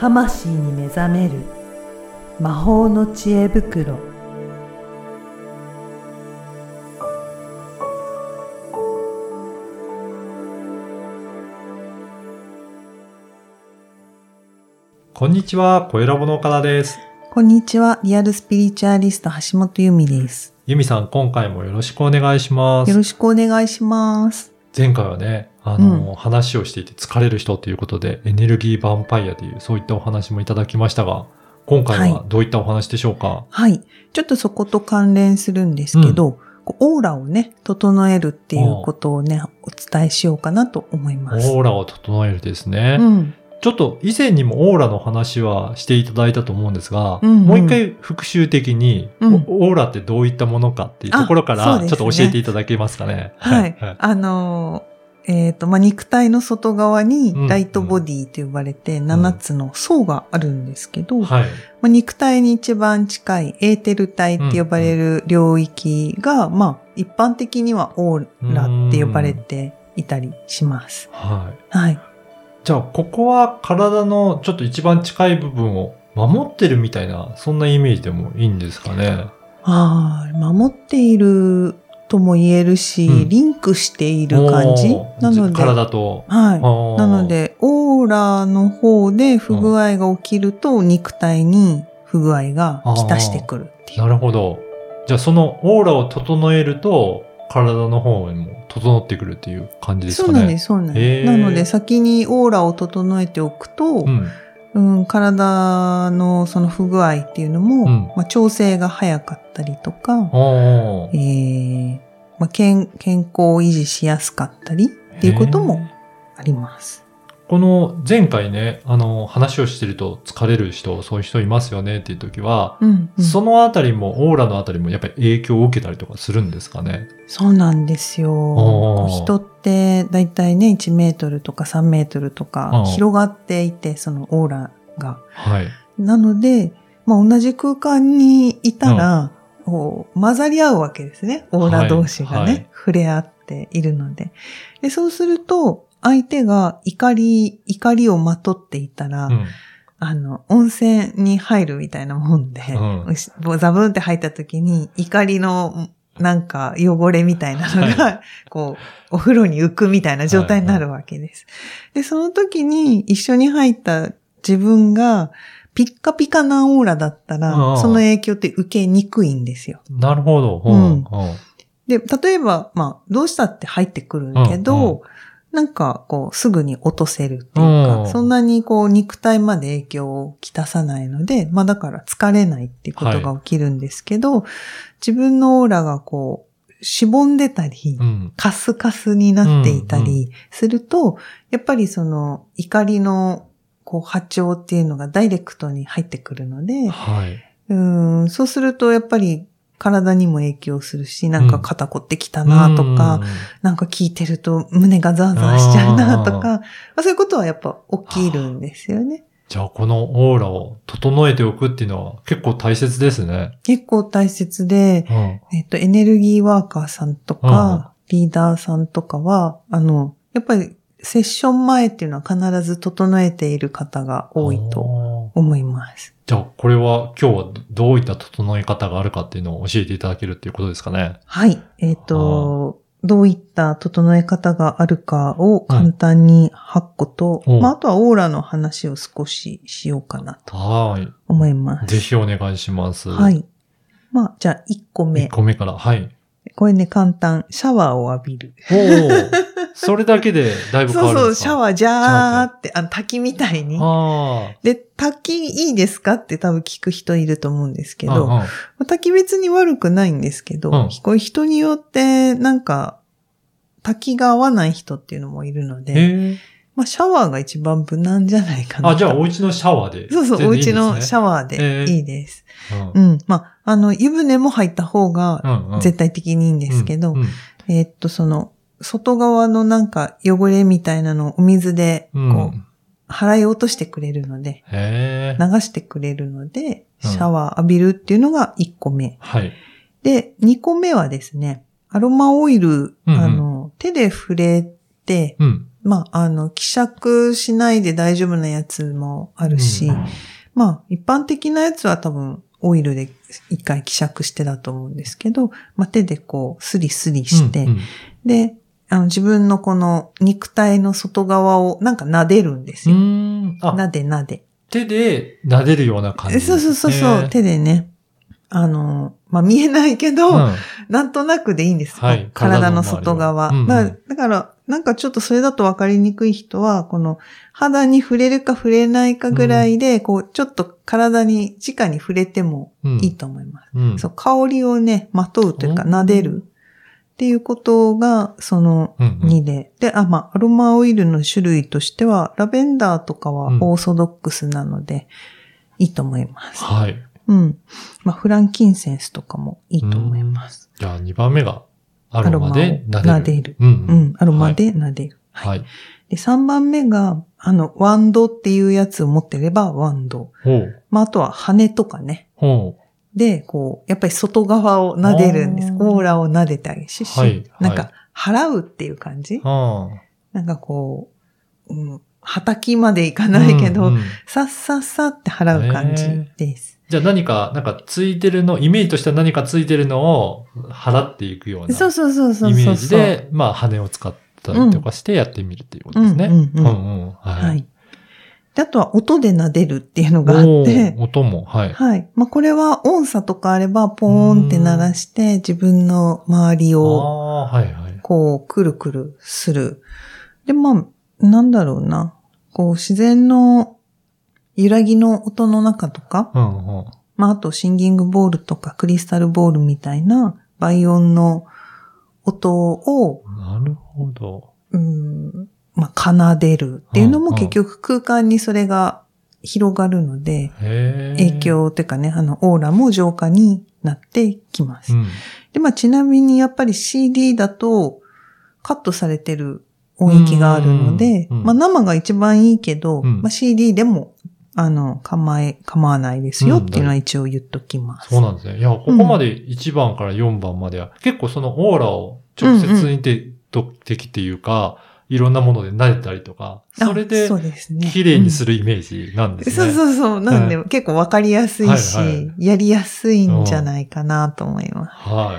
魂に目覚める魔法の知恵袋。 こんにちは、声ラボの岡田です。 こんにちは、リアルスピリチュアリスト橋本由美です。 由美さん、今回もよろしくお願いします。 よろしくお願いします。 前回はね、話をしていて疲れる人ということで、エネルギーヴァンパイアという、そういったお話もいただきましたが、今回はどういったお話でしょうか？ はい。ちょっとそこと関連するんですけど、オーラをね、整えるっていうことをね、お伝えしようかなと思います。 オーラを整えるですね。ちょっと以前にもオーラの話はしていただいたと思うんですが、もう一回復習的に、オーラってどういったものかっていうところから、ちょっと教えていただけますかね。 はい。肉体の外側にライトボディと呼ばれて7つの層があるんですけど、肉体に一番近いエーテル体って呼ばれる領域が、一般的にはオーラって呼ばれていたりします。はい。 じゃあ、ここは体のちょっと一番近い部分を守ってるみたいな、そんなイメージでもいいんですかね。 守っているとも言えるし、リンクしている感じなので。 体と。 はい。なので、オーラの方で不具合が起きると、肉体に不具合がきたしてくるっていう。 なるほど。じゃあ、そのオーラを整えると、体の方にも整ってくるっていう感じですかね。 そうなんです、そうなんです。なので、先にオーラを整えておくと、体のその不具合っていうのも、調整が早かったりとか、健康を維持しやすかったりっていうこともあります。 この前回ね、話をしてると疲れる人、そういう人いますよねっていう時は、そのあたりも、オーラのあたりもやっぱり影響を受けたりとかするんですかね？ そうなんですよ。人ってだいたいね、1メートルとか3メートルとか広がっていて、そのオーラが。なので、同じ空間にいたら、混ざり合うわけですね。オーラ同士がね、触れ合っているので。で、そうすると、相手が怒りをまとっていたら、温泉に入るみたいなもんで、ザブンって入った時に怒りのなんか汚れみたいなのが、お風呂に浮くみたいな状態になるわけです。で、その時に一緒に入った自分がピッカピカなオーラだったら、その影響って受けにくいんですよ。 なるほど。 で、例えば、どうしたって入ってくるけど、なんか、すぐに落とせるっていうか、そんなに肉体まで影響をきたさないので、だから疲れないっていうことが起きるんですけど、自分のオーラがしぼんでたり、カスカスになっていたりすると、やっぱりその怒りの波長っていうのがダイレクトに入ってくるので、そうするとやっぱり体にも影響するし、なんか肩凝ってきたなとか、なんか聞いてると胸がザーザーしちゃうなとか、そういうことはやっぱ起きるんですよね。 じゃあこのオーラを整えておくっていうのは結構大切ですね。 結構大切で、エネルギーワーカーさんとか、リーダーさんとかは、やっぱりセッション前っていうのは必ず整えている方が多いと思います。 じゃあこれは今日はどういった整え方があるかっていうのを教えていただけるっていうことですかね？ はい。どういった整え方があるかを簡単に8個と、あとはオーラの話を少ししようかなと思います。 ぜひお願いします。 はい。じゃあ1個目。 1個目から、はい。 これね、簡単。シャワーを浴びる。 それだけでだいぶ変わるんですか？ シャワージャーって、滝みたいに。で、滝いいですかって多分聞く人いると思うんですけど、滝別に悪くないんですけど、これ人によってなんか、滝が合わない人っていうのもいるので、シャワーが一番無難じゃないかな。 じゃあお家のシャワーで。 そう、お家のシャワーでいいです。湯船も入った方が絶対的にいいんですけど、その、外側のなんか汚れみたいなのをお水で、払い落としてくれるので、流してくれるので、シャワー浴びるっていうのが1個目。で、2個目はですね、アロマオイル、手で触れて、まあ、希釈しないで大丈夫なやつもあるし、まあ、一般的なやつは多分、オイルで一回希釈してだと思うんですけど、まあ、手でこう、スリスリして、で、自分のこの肉体の外側をなんか撫でるんですよ。撫で。 手で撫でるような感じですね。 そう、手でね。まあ、見えないけど、なんとなくでいいんですよ。はい、体の外側。だから、なんかちょっとそれだと分かりにくい人は、この肌に触れるか触れないかぐらいで、こう、ちょっと体に直に触れてもいいと思います。そう、香りをね、まとうというか、撫でるっていうことが、その2で。で、まあ、アロマオイルの種類としては、ラベンダーとかはオーソドックスなので、いいと思います。 はい。 まあ、フランキンセンスとかもいいと思います。 じゃあ、2番目が、アロマで撫でる。 アロマで撫でる。はい。で、3番目が、ワンドっていうやつを持ってれば、ワンド。まあ、あとは羽とかね。で、こう、やっぱり外側を撫でるんです。オーラを撫でてあげる。なんか、払うっていう感じ。なんかこう、叩きまでいかないけど、さっさっさって払う感じです。 じゃあなんかついてるの、イメージとしては何かついてるのを払っていくようなイメージで、まあ羽を使ったりとかしてやってみるっていうことですね。 はい。で、あとは音で撫でるっていうのがあって。 音も、はい。 はい。まあこれは音差とかあればポーンって鳴らして自分の周りを、こう、くるくるする。で、まあ、なんだろうな。こう、自然の揺らぎの音の中とか、まあ、あとシンギングボールとかクリスタルボールみたいな倍音の音を、 なるほど。 まあ、奏でるっていうのも結局空間にそれが広がるので、影響っていうかね、オーラも浄化になってきます。で、まあ、ちなみにやっぱり CD だとカットされてる音域があるので、まあ、生が一番いいけど、まあ、CD でも構わないですよっていうのは一応言っときます。 そうなんですね。いや、ここまで1番から4番までは、結構そのオーラを直接に的っていうか、いろんなもので慣れたりとか、それで綺麗にするイメージなんですね。 そう。なんで結構わかりやすいし、やりやすいんじゃないかなと思います。 はい。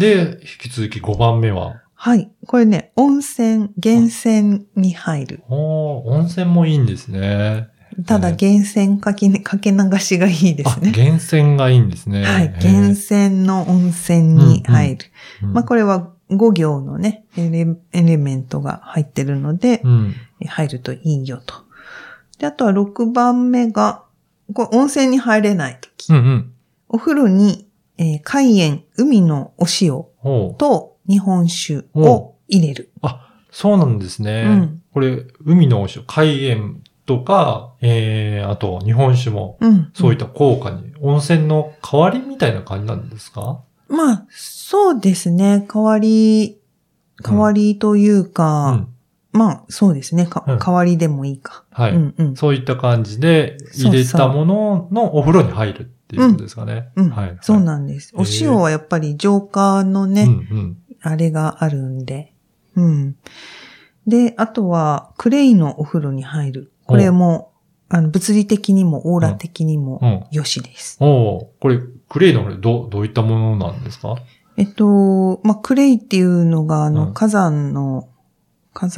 で、引き続き5番目ははい。これね、温泉、源泉に入る。 温泉もいいんですね。 ただ、源泉かけ流しがいいですね。 源泉がいいんですね。 はい。源泉の温泉に入る。まあ、これは5行のね、エレメントが入ってるので、入るといいよと。で、あとは6番目が、これ温泉に入れないとき。お風呂に、海塩、海のお塩と日本酒を入れる。 そうなんですね。これ、海のお塩、海塩とか、あと日本酒も、そういった効果に、温泉の代わりみたいな感じなんですか？ まあ、そうですね。代わりというか、まあ、そうですね。代わりでもいいか。 はい。そういった感じで入れたもののお風呂に入るっていうことですかね。 はい。そうなんです。お塩はやっぱり浄化のね、あれがあるんで。で、あとは、クレイのお風呂に入る。これも、物理的にもオーラ的にも良しです。 これ、クレイのお風呂どういったものなんですか？ まあ、クレイっていうのが、火山の化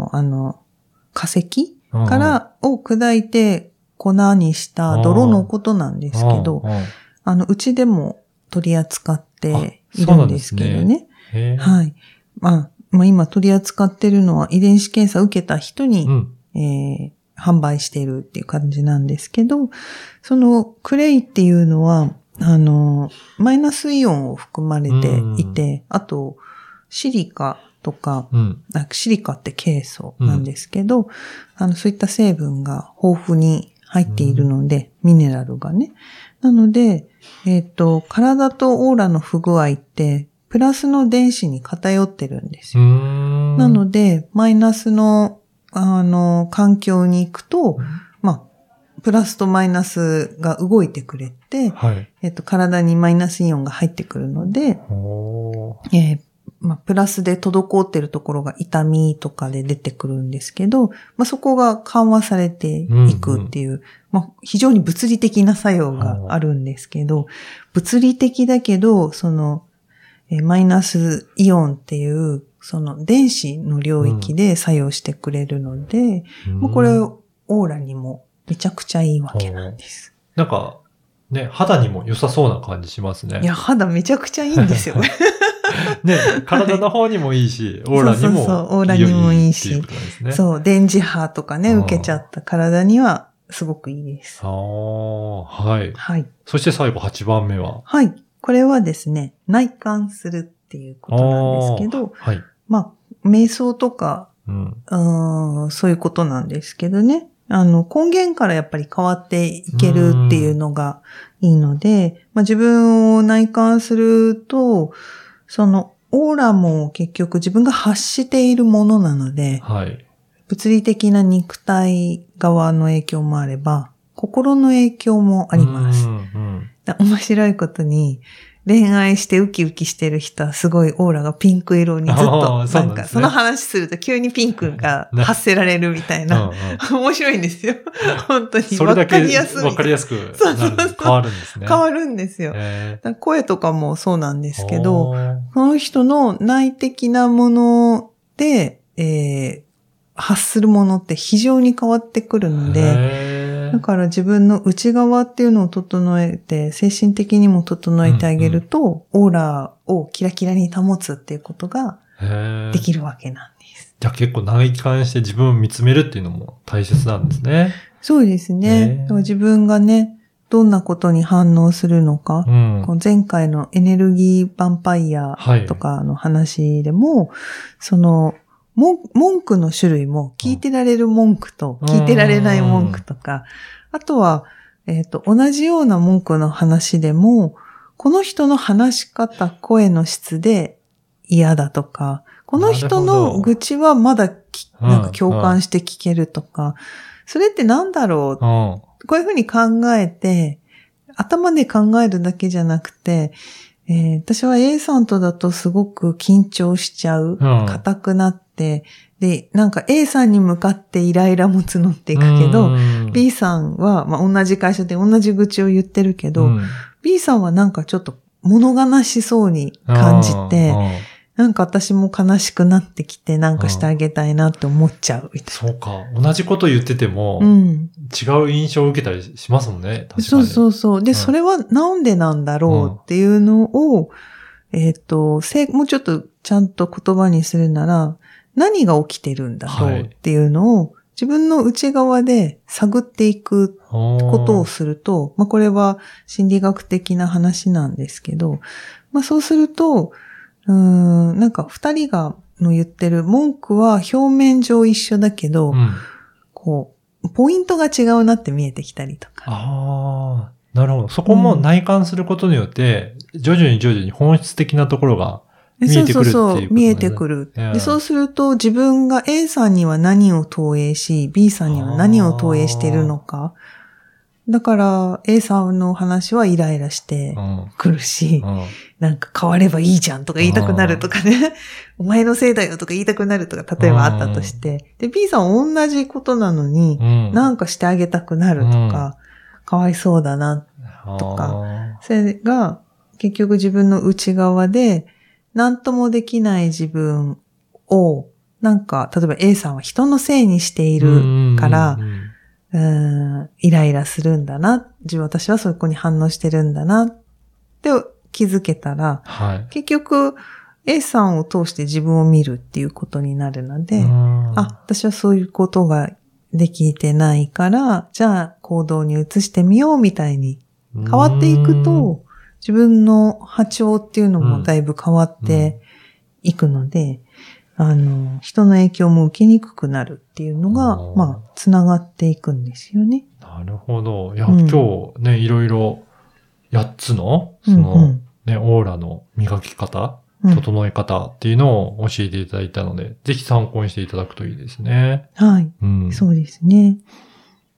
石からを砕いて粉にした泥のことなんですけど、うちでも取り扱っているんですけどね。はい。まあ、今取り扱ってるのは遺伝子検査を受けた人に、販売しているっていう感じなんですけど、そのクレイっていうのは、マイナスイオンを含まれていて、あと、シリカとか、シリカってケイ素なんですけど、そういった成分が豊富に入っているので、ミネラルがね。なので、体とオーラの不具合って、プラスの電子に偏ってるんですよ。なので、マイナスの、環境に行くと、まあ、プラスとマイナスが動いてくれて、体にマイナスイオンが入ってくるので、 プラスで滞ってるところが痛みとかで出てくるんですけど、そこが緩和されていくっていう、非常に物理的な作用があるんですけど、物理的だけど、マイナスイオンっていう、電子の領域で作用してくれるので、これ、オーラにもめちゃくちゃいいわけなんです。 なんか、ね、肌にも良さそうな感じしますね。 いや、肌めちゃくちゃいいんですよ。 ね、体の方にもいいし、オーラにもそう、オーラにもいいし、 ね、 そう、電磁波とかね、受けちゃった体にはすごくいいです。 はい。 はい。 そして最後8番目は？ はい。これはですね、内観するっていうことなんですけど、 はい。 瞑想とか、そういうことなんですけどね。根源からやっぱり変わっていけるっていうのがいいので、自分を内観すると、オーラも結局自分が発しているものなので、 はい、 物理的な肉体側の影響もあれば、心の影響もあります。面白いことに、恋愛してウキウキしてる人はすごいオーラがピンク色にずっと、なんかその話すると急にピンクが発せられるみたいな、面白いんですよ。本当に。 それだけわかりやすく変わるんですね。 変わるんですよ。声とかもそうなんですけど、この人の内的なもので、発するものって非常に変わってくるので、だから自分の内側っていうのを整えて、精神的にも整えてあげると、オーラをキラキラに保つっていうことができるわけなんです。 じゃあ結構内観して自分を見つめるっていうのも大切なんですね。 そうですね。自分がね、どんなことに反応するのか、前回のエネルギーヴァンパイアとかの話でも、文句の種類も聞いてられる文句と聞いてられない文句とか、あとは、同じような文句の話でも、この人の話し方、声の質で嫌だとか、この人の愚痴はまだなんか共感して聞けるとか、それってなんだろう、こういうふうに考えて、頭で考えるだけじゃなくて、私は A さんとだとすごく緊張しちゃう。硬くなって、で、なんか A さんに向かってイライラも募っていくけど、B さんは、同じ会社で同じ愚痴を言ってるけど、B さんはなんかちょっと物悲しそうに感じて、なんか私も悲しくなってきてなんかしてあげたいなって思っちゃうみたいな。 そうか。同じこと言ってても、違う印象を受けたりしますもんね。確かに。 そう。で、それはなんでなんだろうっていうのを、もうちょっとちゃんと言葉にするなら、何が起きてるんだろうっていうのを、自分の内側で探っていくことをすると、これは心理学的な話なんですけど、そうすると、なんか二人が言ってる文句は表面上一緒だけど、ポイントが違うなって見えてきたりとか。 なるほど。そこも内観することによって、徐々に本質的なところが見えてくるっていうことですね。 見えてくる。で、そうすると自分が A さんには何を投影し、B さんには何を投影しているのか。だから、A さんの話はイライラしてくるし、なんか変わればいいじゃんとか言いたくなるとかね、お前のせいだよとか言いたくなるとか、例えばあったとして、で、B さんは同じことなのに、なんかしてあげたくなるとか、かわいそうだなとか、それが結局自分の内側で、何ともできない自分を、なんか、例えば A さんは人のせいにしているから、イライラするんだな。私はそこに反応してるんだなって気づけたら、結局 A さんを通して自分を見るっていうことになるので、私はそういうことができてないから、じゃあ行動に移してみようみたいに変わっていくと、自分の波長っていうのもだいぶ変わっていくので、人の影響も受けにくくなるっていうのが、つながっていくんですよね。 なるほど。いや、今日ね、いろいろ8つの、オーラの磨き方、整え方っていうのを教えていただいたので、ぜひ参考にしていただくといいですね。 はい。そうですね。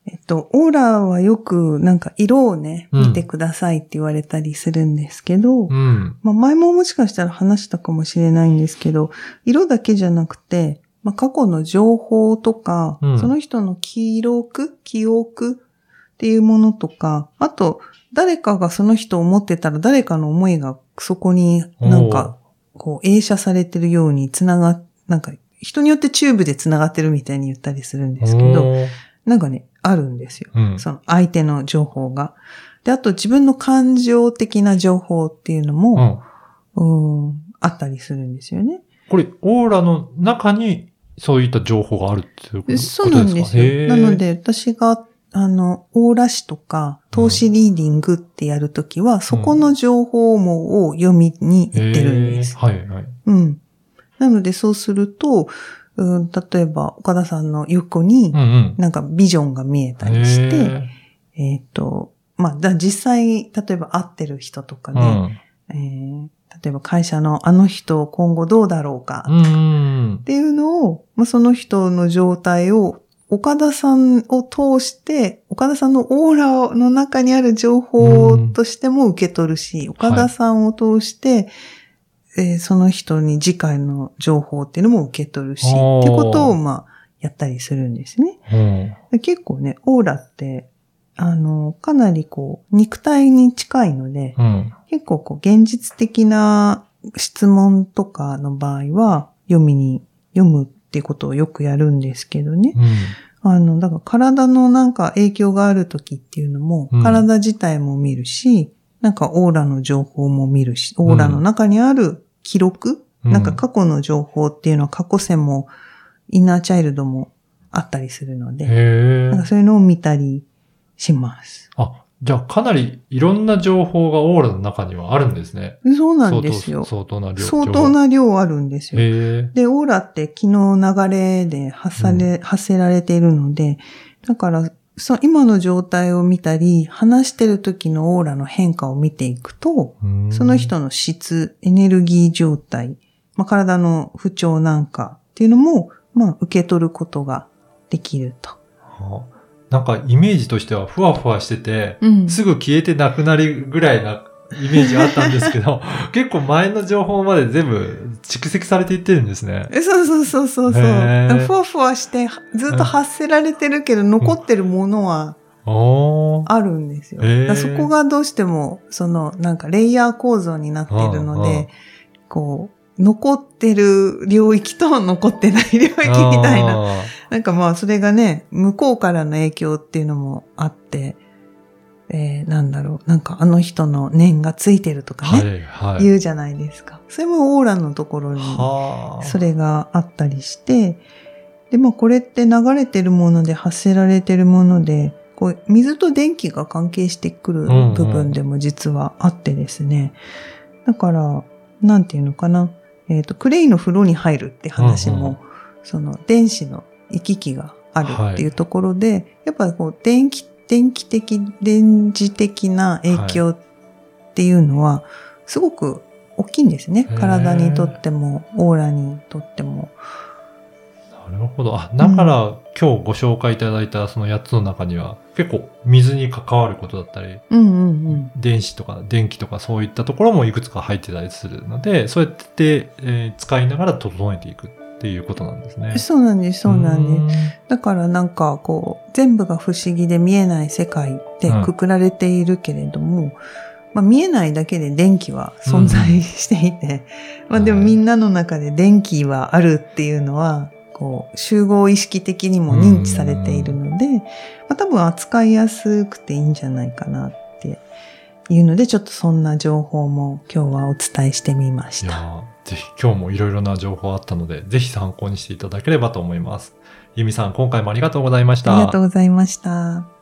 オーラはよくなんか色をね、見てくださいって言われたりするんですけど、前ももしかしたら話したかもしれないんですけど、色だけじゃなくて、過去の情報とか、その人の記憶っていうものとか、あと、誰かがその人を思ってたら誰かの思いがそこになんか、映写されてるようになんか人によってチューブで繋がってるみたいに言ったりするんですけど、なんかね、あるんですよ。その相手の情報が。で、あと自分の感情的な情報っていうのも、あったりするんですよね。 これ、オーラの中にそういった情報があるっていうことですか？ そうなんですよ。なので、私が、オーラ誌とか、投資リーディングってやるときは、そこの情報網を読みに行ってるんです。 はいはい。 なので、そうすると、例えば、岡田さんの横に、なんかビジョンが見えたりして、実際、例えば会ってる人とかで、例えば会社のあの人今後どうだろうか、っていうのを、その人の状態を、岡田さんを通して、岡田さんのオーラの中にある情報としても受け取るし、岡田さんを通して、その人に次回の情報っていうのも受け取るし、っていうことをやったりするんですね。結構ね、オーラって、かなり肉体に近いので、結構現実的な質問とかの場合は、読むっていうことをよくやるんですけどね。だから体のなんか影響があるときっていうのも、体自体も見るし、なんかオーラの情報も見るし、オーラの中にある記録、なんか過去の情報っていうのは過去世もインナーチャイルドもあったりするので、なんかそういうのを見たりします。 じゃあかなりいろんな情報がオーラの中にはあるんですね。 そうなんですよ。 相当な量あるんですよ。で、オーラって気の流れで発せられているので、だから今の状態を見たり、話してる時のオーラの変化を見ていくと、その人の質、エネルギー状態、体の不調なんかっていうのも、受け取ることができると。 なんかイメージとしてはふわふわしてて、すぐ消えてなくなるぐらいなイメージあったんですけど、結構前の情報まで全部蓄積されていってるんですね。 そう。ふわふわしてずっと発せられてるけど、残ってるものはあるんですよ。そこがどうしても、なんかレイヤー構造になっているので、残ってる領域と残ってない領域みたいな。なんかそれがね、向こうからの影響っていうのもあって、なんかあの人の念がついてるとかね、言うじゃないですか。それもオーラのところに、それがあったりして、で、これって流れてるもので発せられてるもので、水と電気が関係してくる部分でも実はあってですね。だから、なんていうのかな。クレイの風呂に入るって話も、電子の行き来があるっていうところで、やっぱり電磁的な影響っていうのは、すごく大きいんですね。体にとっても、オーラにとっても。 なるほど。だから、今日ご紹介いただいたその8つの中には、結構水に関わることだったり、電子とか電気とかそういったところもいくつか入ってたりするので、そうやって、使いながら整えていくっていうことなんですね。 そうなんです。だからなんか全部が不思議で見えない世界ってくくられているけれども、見えないだけで電気は存在していて、でもみんなの中で電気はあるっていうのは、集合意識的にも認知されているので、多分扱いやすくていいんじゃないかなっていうので、ちょっとそんな情報も今日はお伝えしてみました。 ぜひ今日もいろいろな情報あったので、ぜひ参考にしていただければと思います。由美さん、今回もありがとうございました。 ありがとうございました。